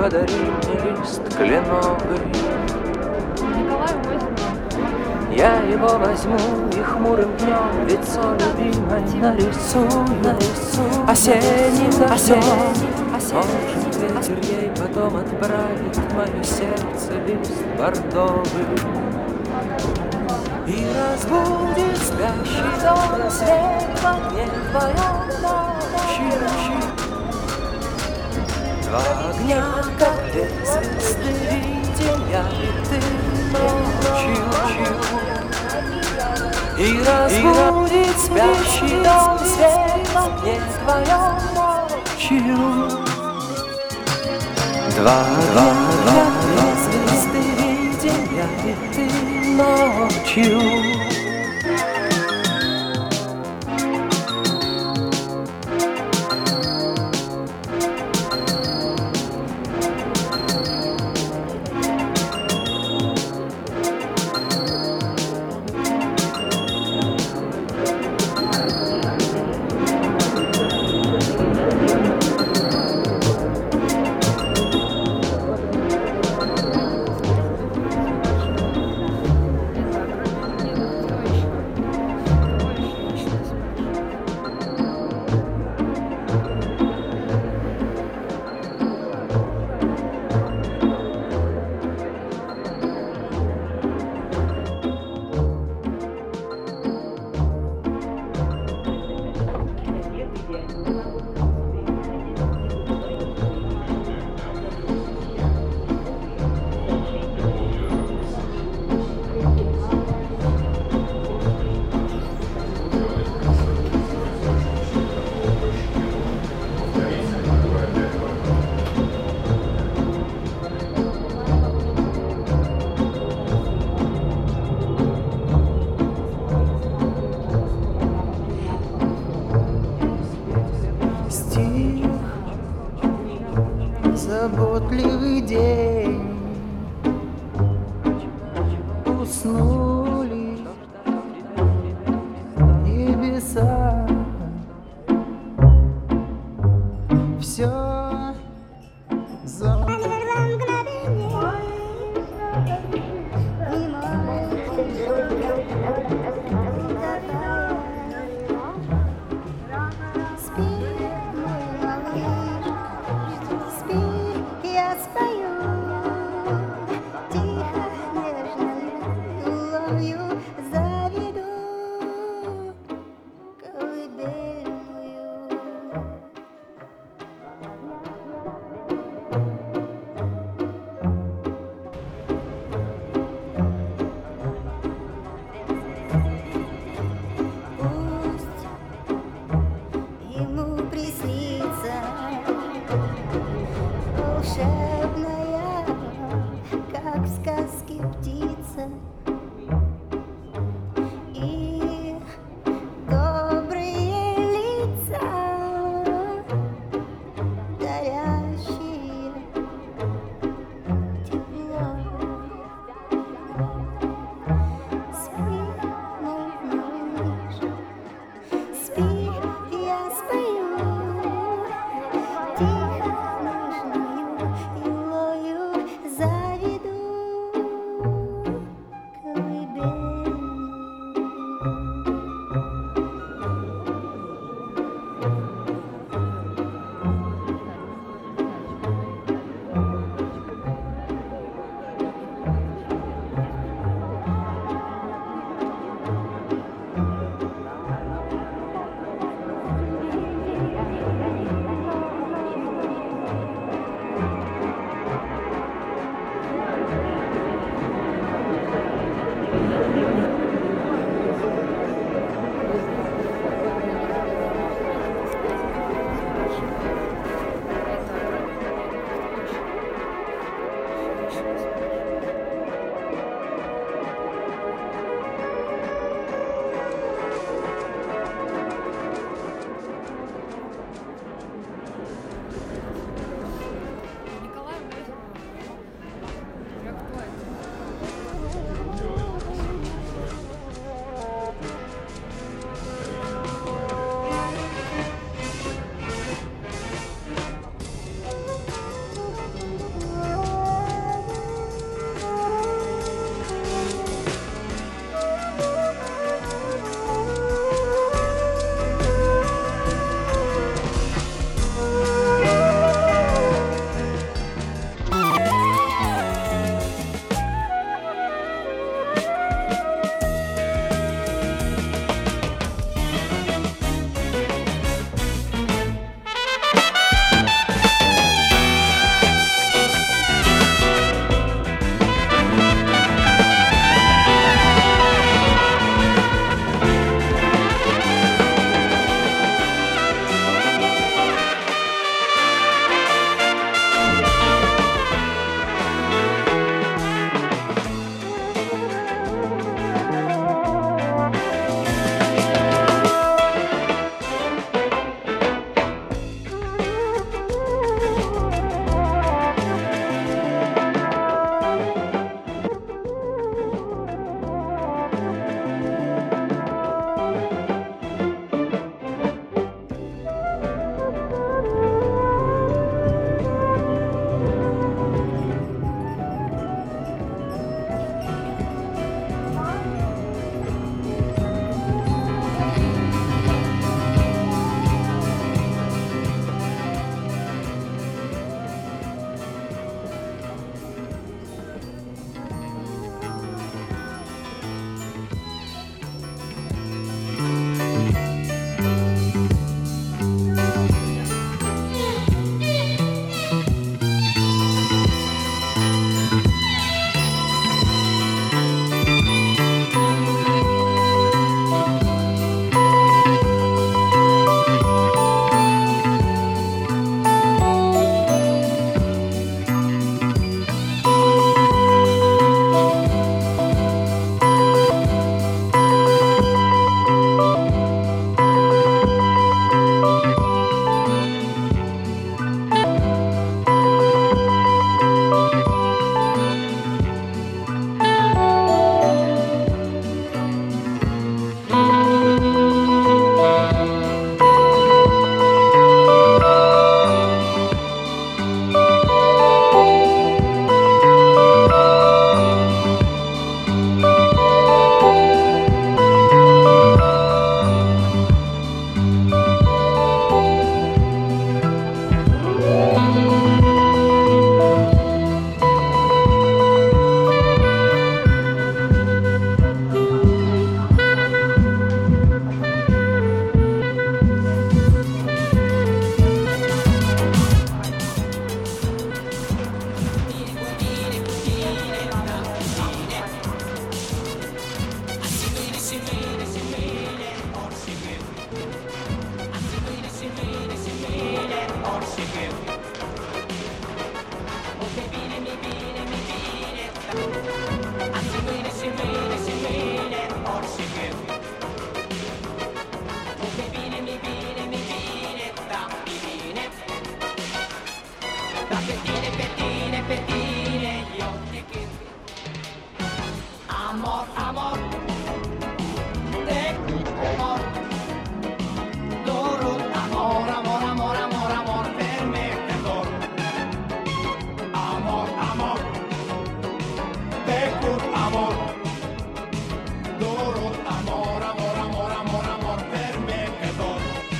подари мне лист кленовый. Я его возьму и хмурым днем лицо любимой нарисую. Осенним дождем, может, ветер ей потом отправит мое сердце лист бордовый и разбудит спящий дом свет в огне твоем ночью. Два огня, как две звезды, видим я и ты ночью. И разбудит спящий дом свет в огне твоем ночью. Два огня, как две звезды, видим я и ты ночью. Заботливый день, уснули небеса, все замерло мгновение. Спи, мой малыш, спи. Я спою тихо, нежно, уловлю, заведу колыбельную. Пусть ему приснится волшебная, как в сказке птица, и добрые лица, дарящие тепло. Спи, мой малыш, спи, я спою тихо, нежную Amor, amor, te amor, loro, amor, amor, amor, amor, amor, per me perdón. Amor, amor, te pur amor, loro, amor, amor, amor, amor, amor, per me perdón.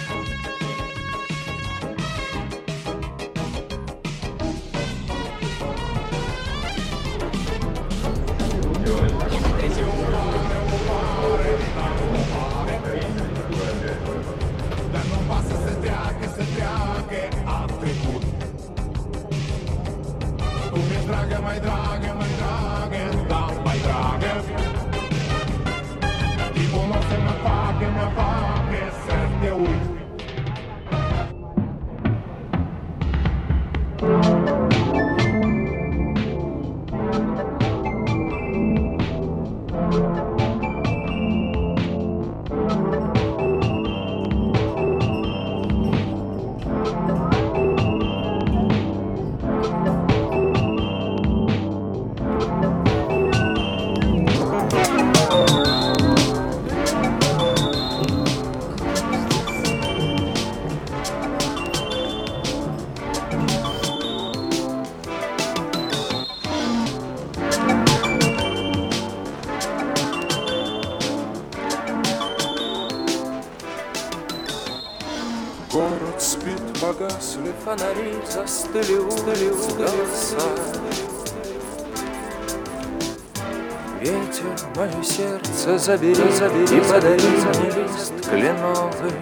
Mai draghe, mai draghe. Tipo non se me fa che sente ui. Город спит, погасли фонари, застыли голоса. Ветер, мое сердце забери, забери, и подари мне лист кленовый.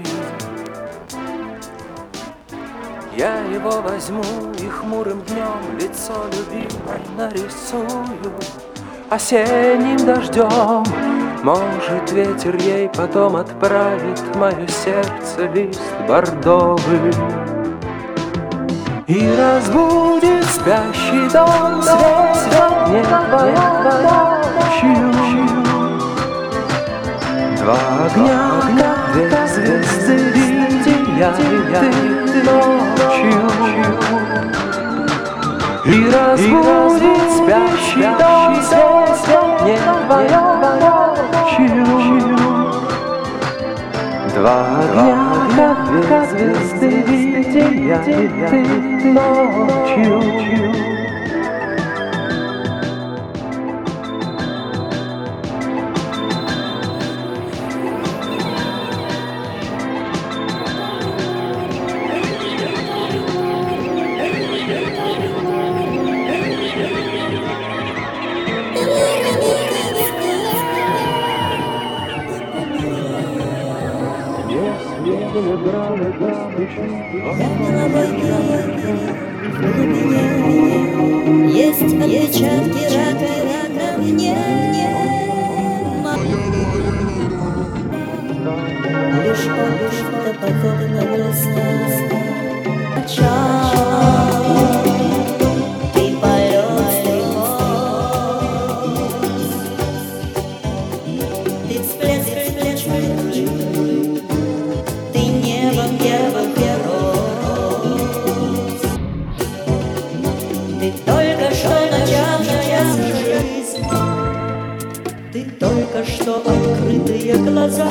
Я его возьму и хмурым днем лицо любимой нарисую. Осенним дождем, может, ветер ей потом отправит мое сердце лист бордовый. И разбудит спящий дом светом неба ночью. Два огня, как две звезды, видим я и ты ночью. И разбудит спящий дом светом неба ночью. Два огня, как две звезды, видим я и ты ночью. Есть отпечатки рака на мне. Лишь да подобно красота. Ты полет ты всплеск ты небом ты только что начавшая жизнь, ты только что открытые глаза,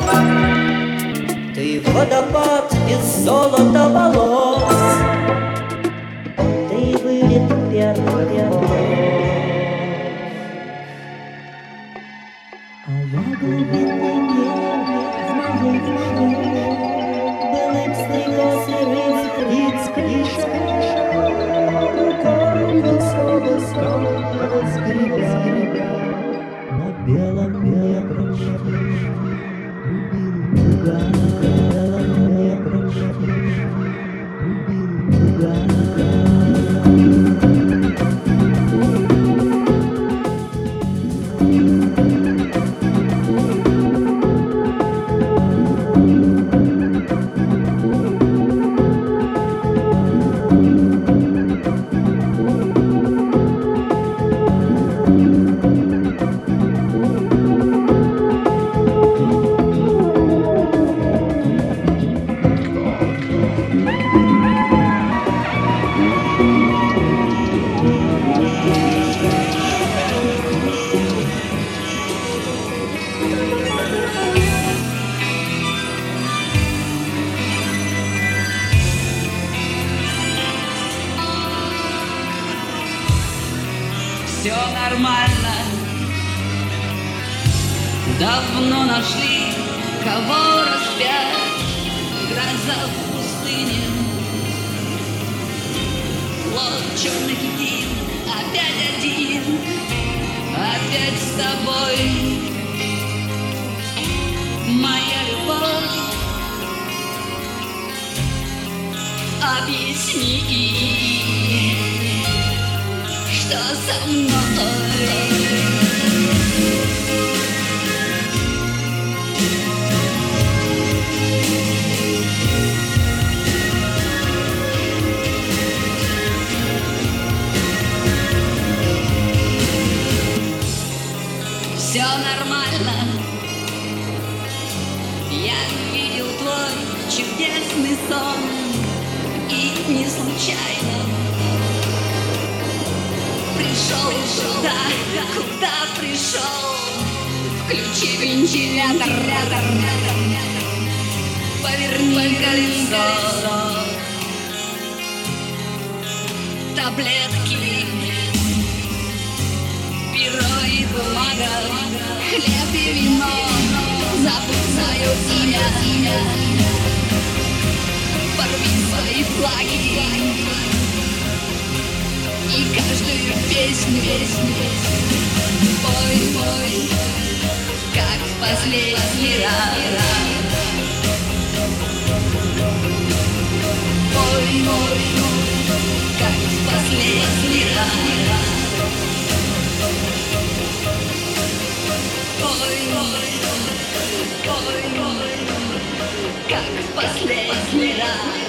ты водопад из золота волос, ты вылет первых волос. А я глубинный мир в моей душе, былым стрекоз и рысь птиц клише. На белом Все нормально. Давно нашли, кого распять. Гроза в пустыне. Флот черный китин, опять один, опять с тобой. Моя любовь, объясни, что со мной. Все нормально. Я видел твой чудесный сон, и не случайно пришел сюда, куда пришел. Включи вентилятор, поверни колесо. Таблетки, перо и бумага, хлеб и вино, забудь свое имя, порви свои флаги и каждую песню пой, как в последний раз. Пой, как в последний раз. Как в последний раз.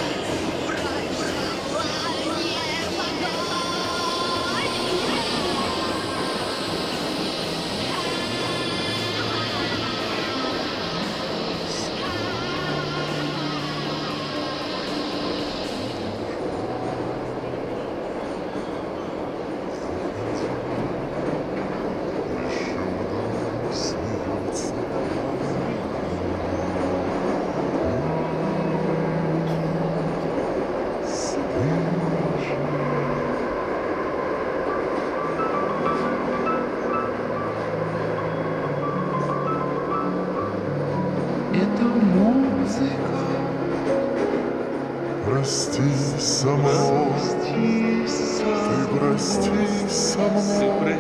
Это музыка. Прости со мной, ты прости со мной,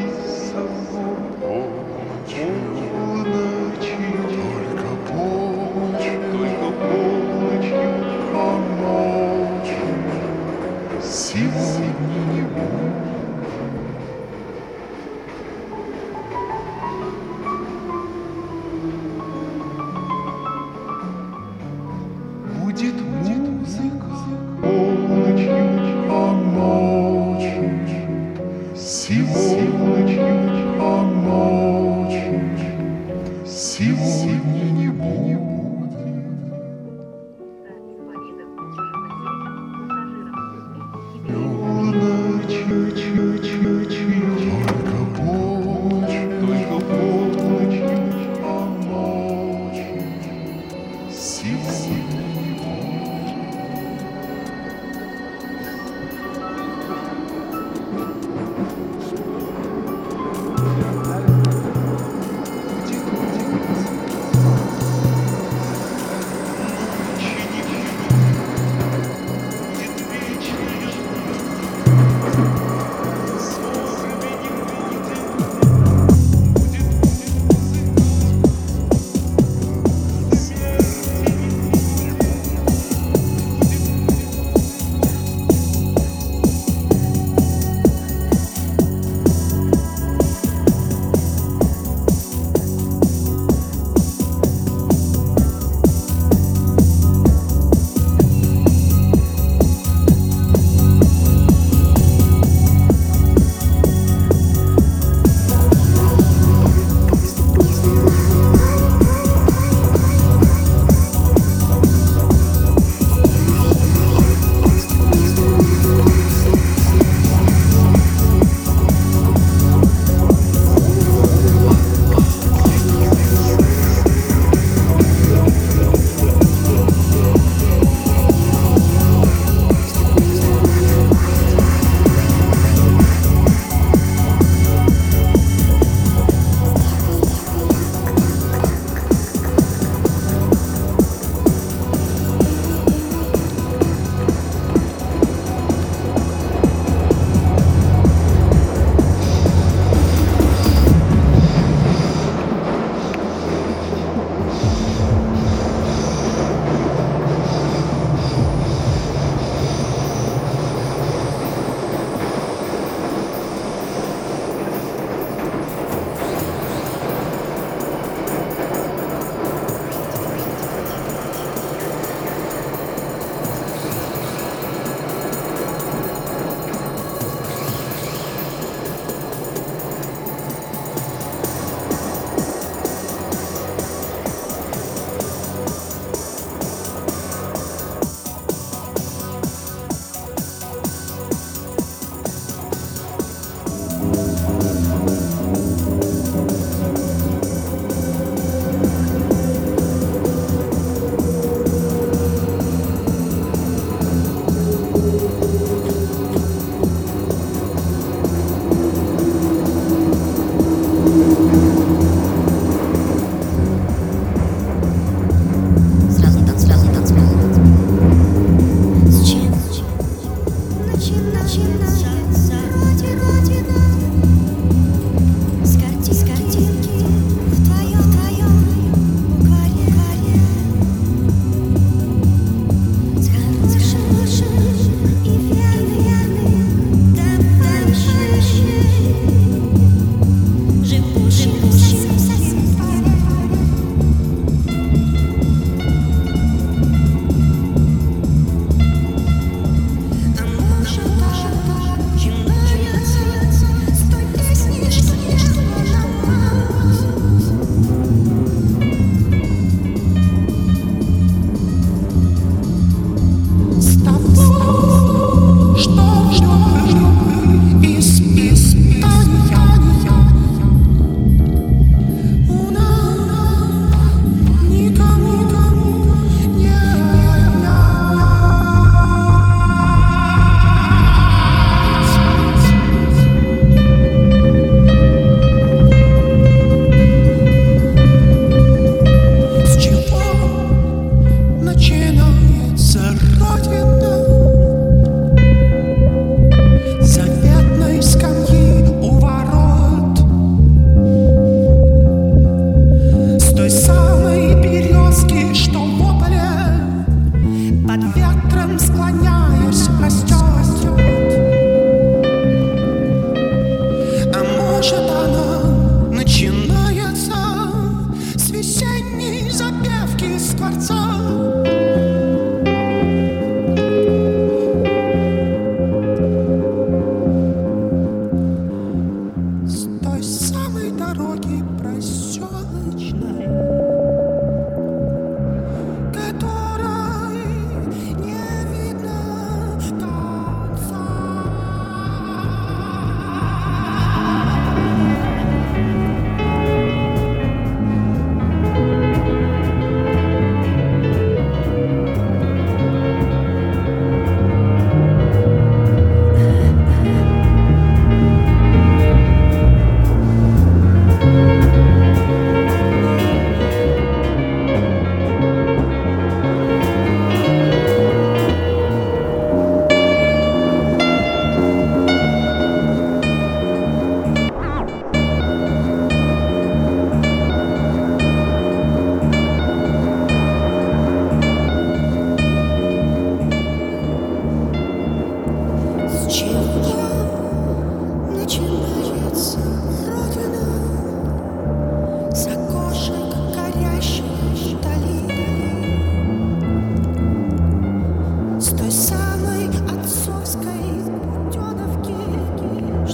только полночью, а ночью сегодня не будет. Будет музыка полночью, а ночью сегодня, а ночью сегодня не будет. Только полночью, а ночью сегодня не будет.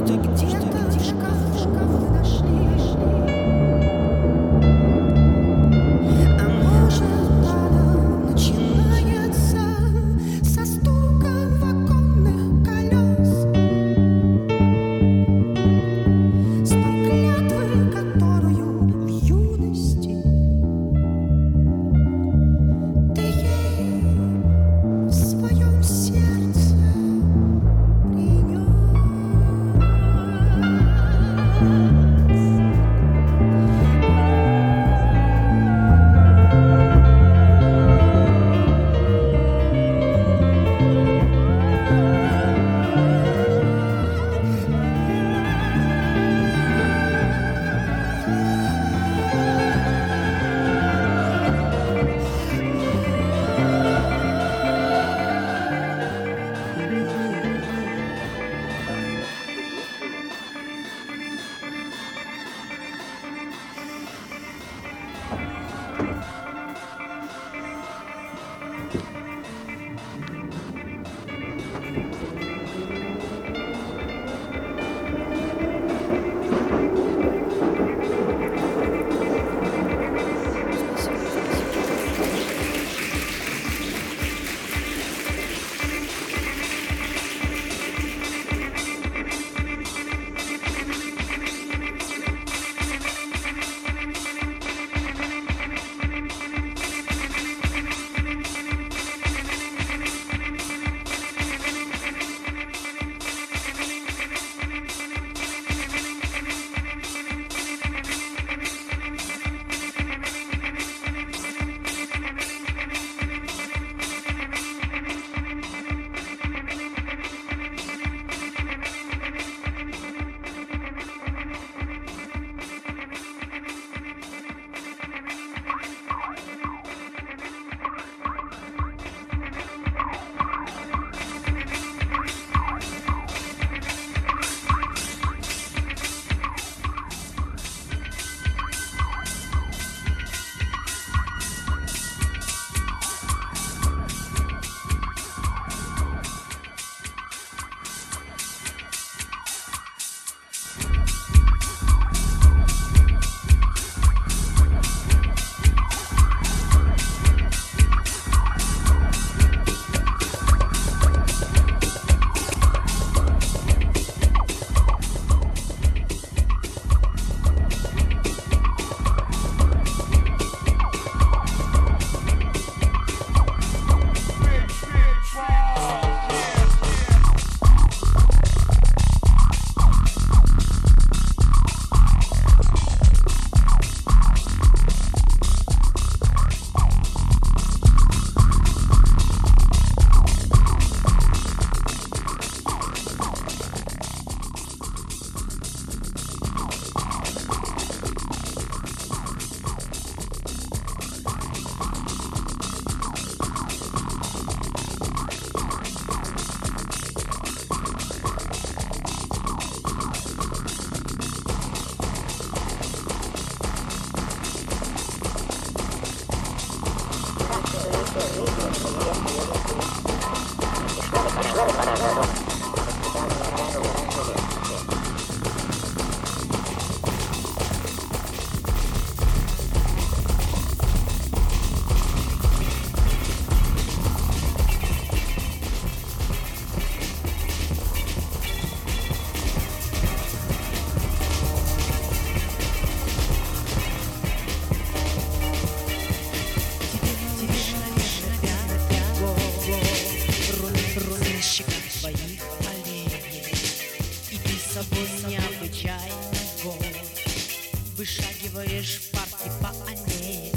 Вышагиваешь в парке по аллее,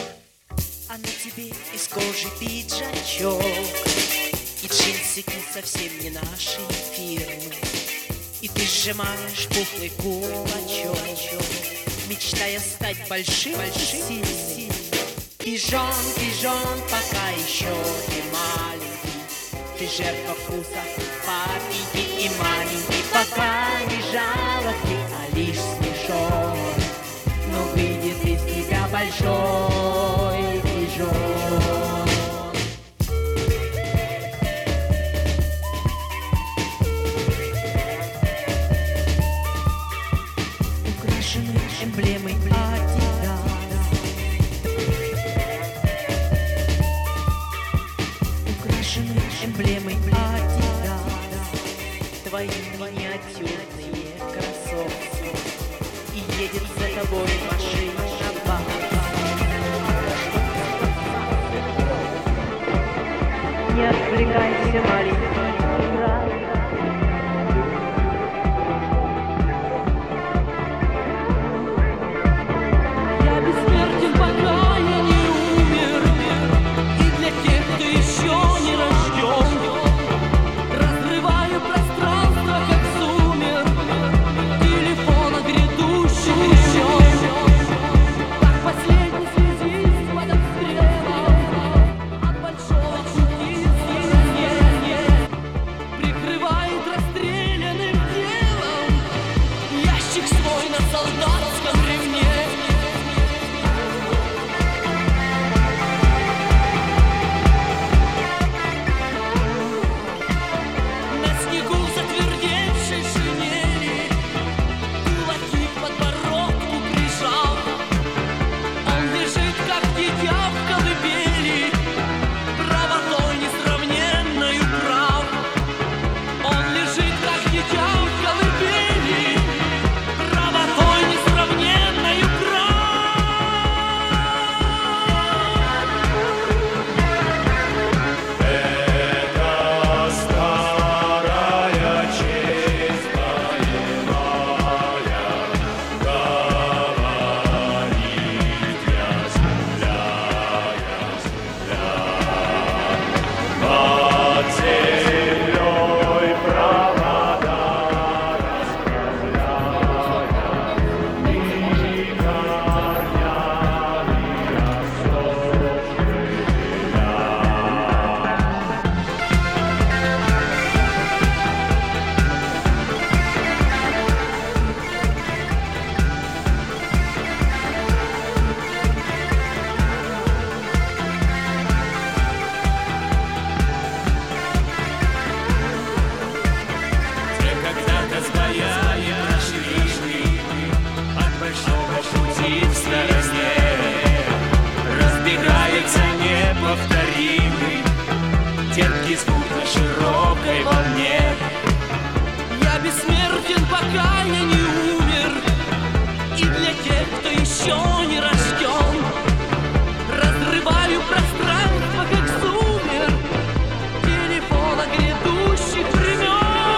а на тебе из кожи пиджачок и джинсики совсем не нашей фирмы. И ты сжимаешь пухлый кулачок, мечтая стать большим и сильным. Пижон, пижон, пока еще ты маленький, ты жертва вкуса папеньки и маленький. Пока не жалок ты, а лишь снежок, но выйдет из тебя большой пижон. тобой машина бар. Не отвлекайся, маленький брат. Я бессмертен, пока я не умер, и для тех, кто еще не рожден, разрываю пространство, как сумер, телефона грядущих времен. Как последний связист под обстрелом от большого пути прикрывает расстрелянным телом ящик свой на солдатском ремне. На снегу затвердевшей шинели кулаки к подбородку прижал. Он лежит, как дитя в колыбели, правотой несравненною прав. Он лежит, как дитя в колыбели, правотой несравненною прав. Те когда-то своями прошли от большого пути в стороне, разбегается неповторимый терпкий звук на широкой волне. Я бессмертен, пока я не умер, и для тех, кто еще не рожден, разрываю пространство, как сумер, телефона грядущих времен.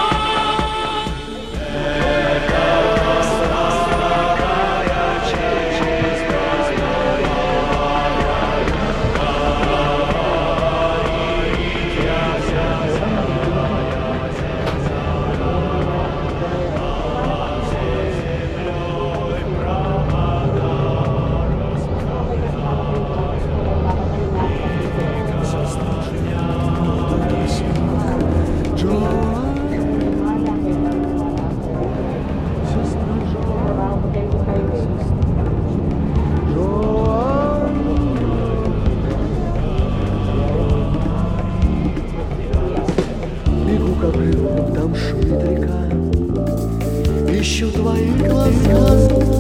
Бегу к обрыву, там шумит река, ищу твои глаза.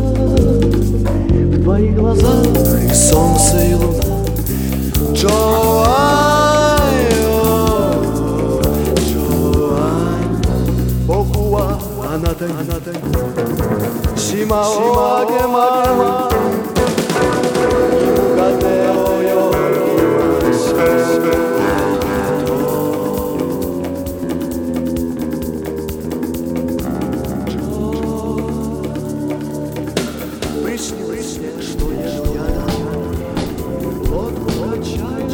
В твоих глазах и солнце, и луна. Джоай, Джоай, Бокуа, Анатань, Симао, Агема, Катео, Присни, что я лодку качаю.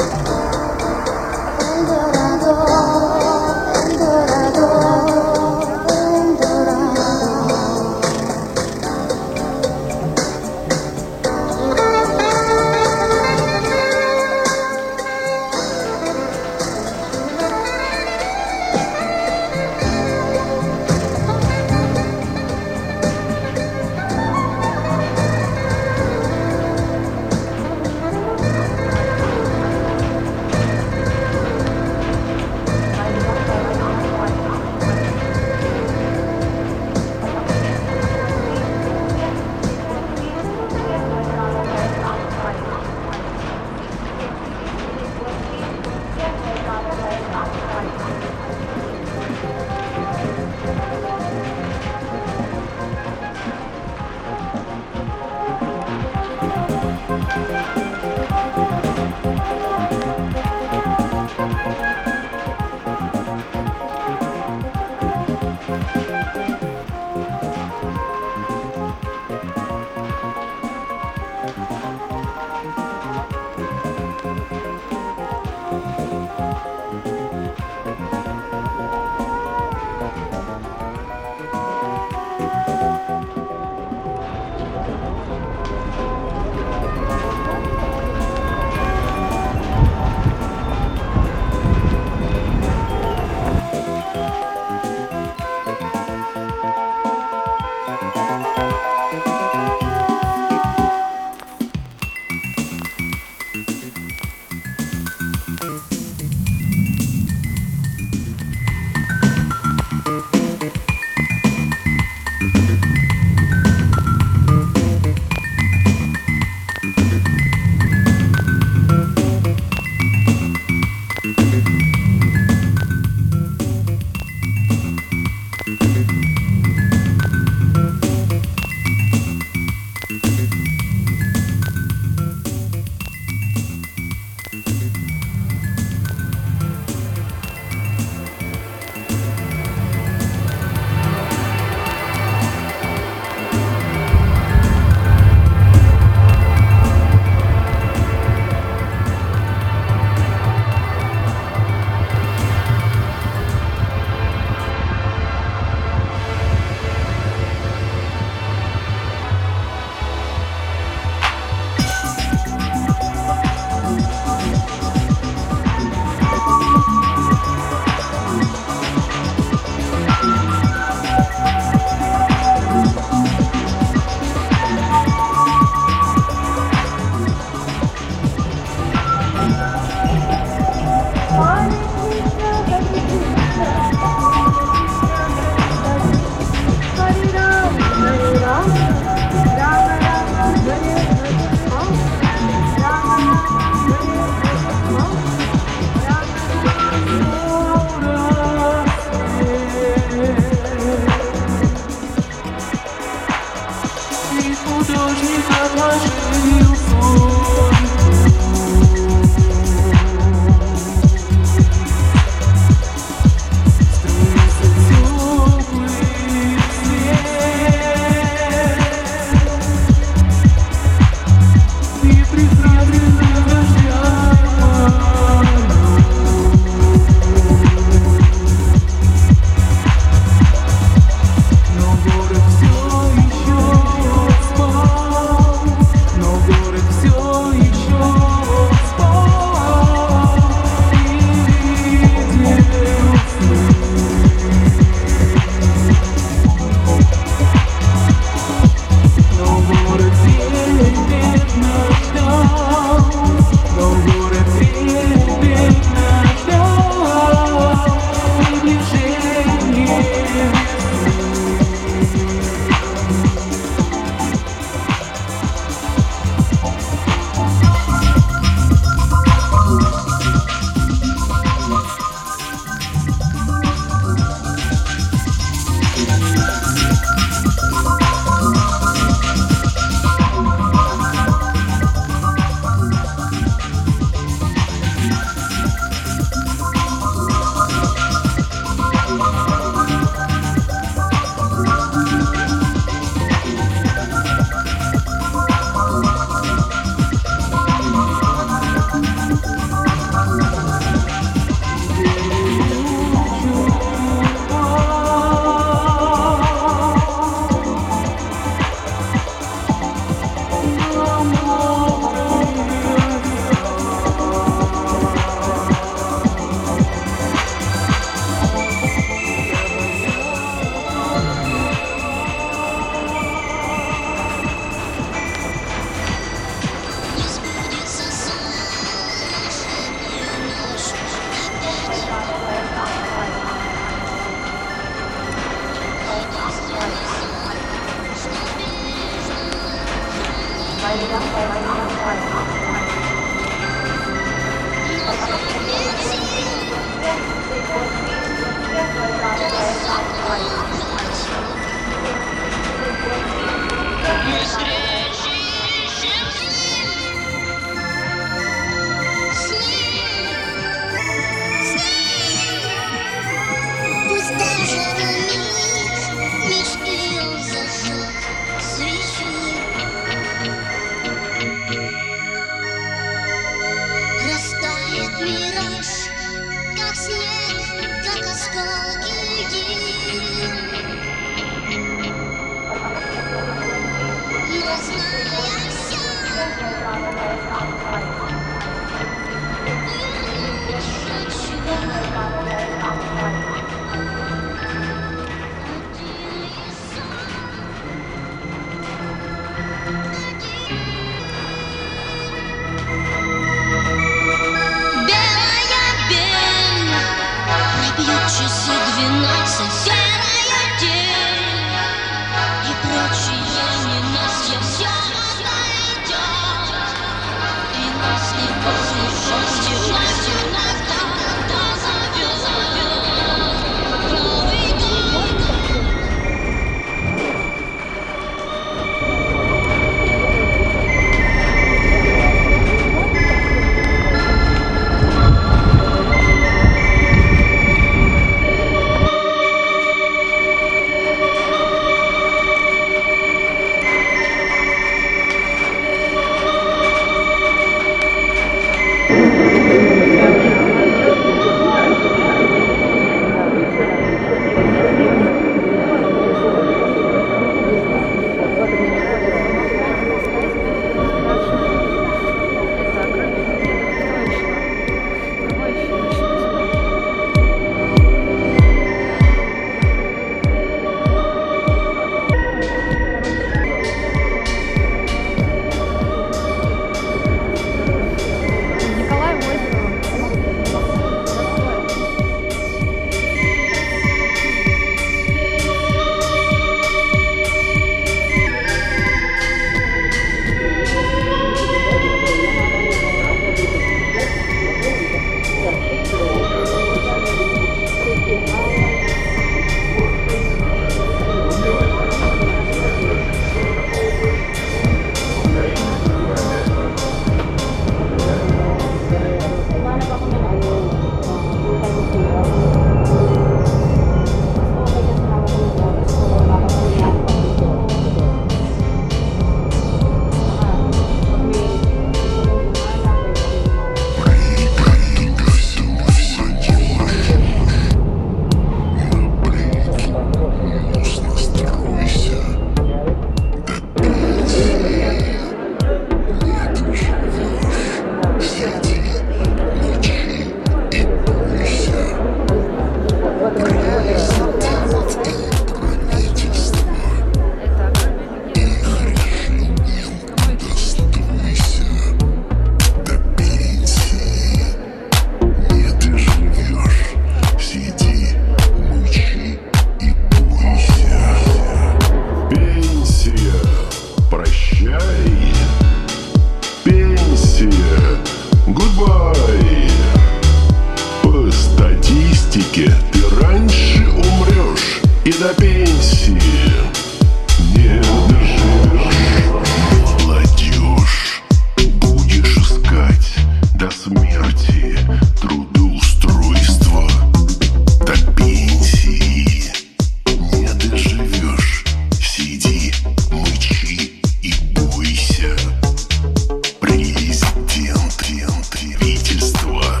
до пенсии не доживешь. Молодежь, будешь искать до смерти трудоустройство. До пенсии не доживешь. Сиди, мычи и бойся. Президент, правительство,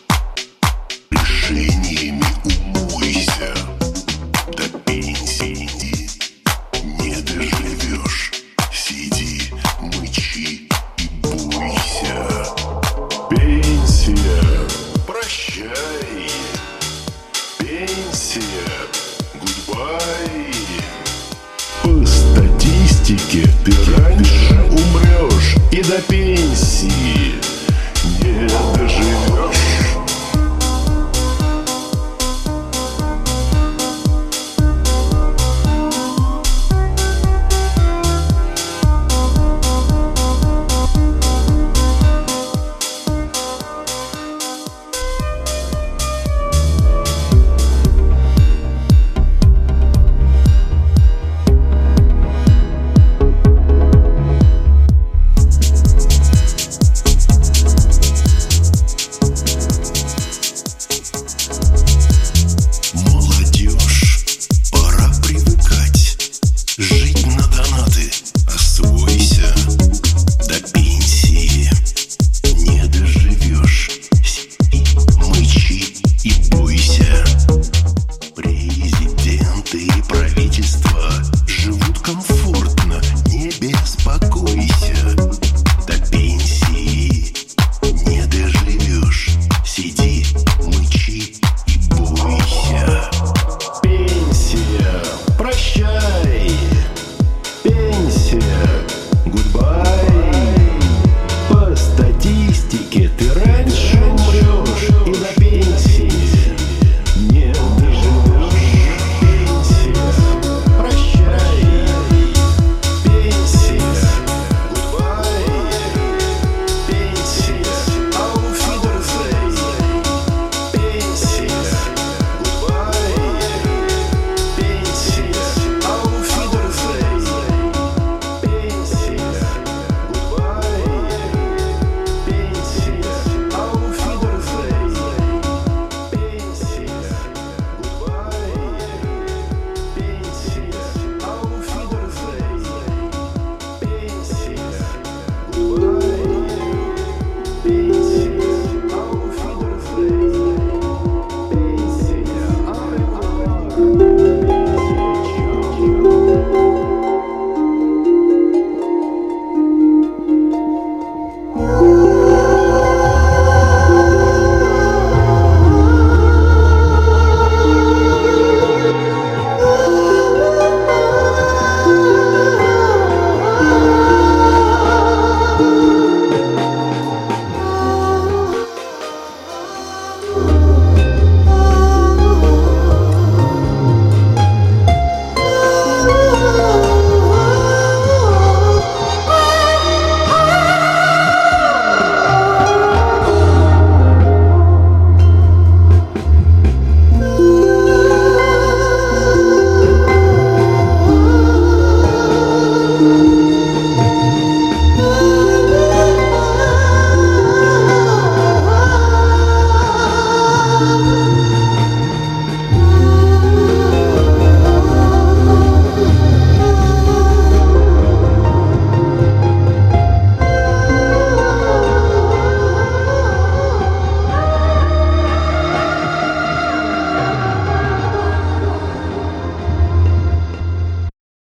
решениями умойся. До пенсии не доживешь. Сиди, мычи и бойся. Пенсия, прощай. Пенсия, гудбай. По статистике ты раньше умрешь и до пенсии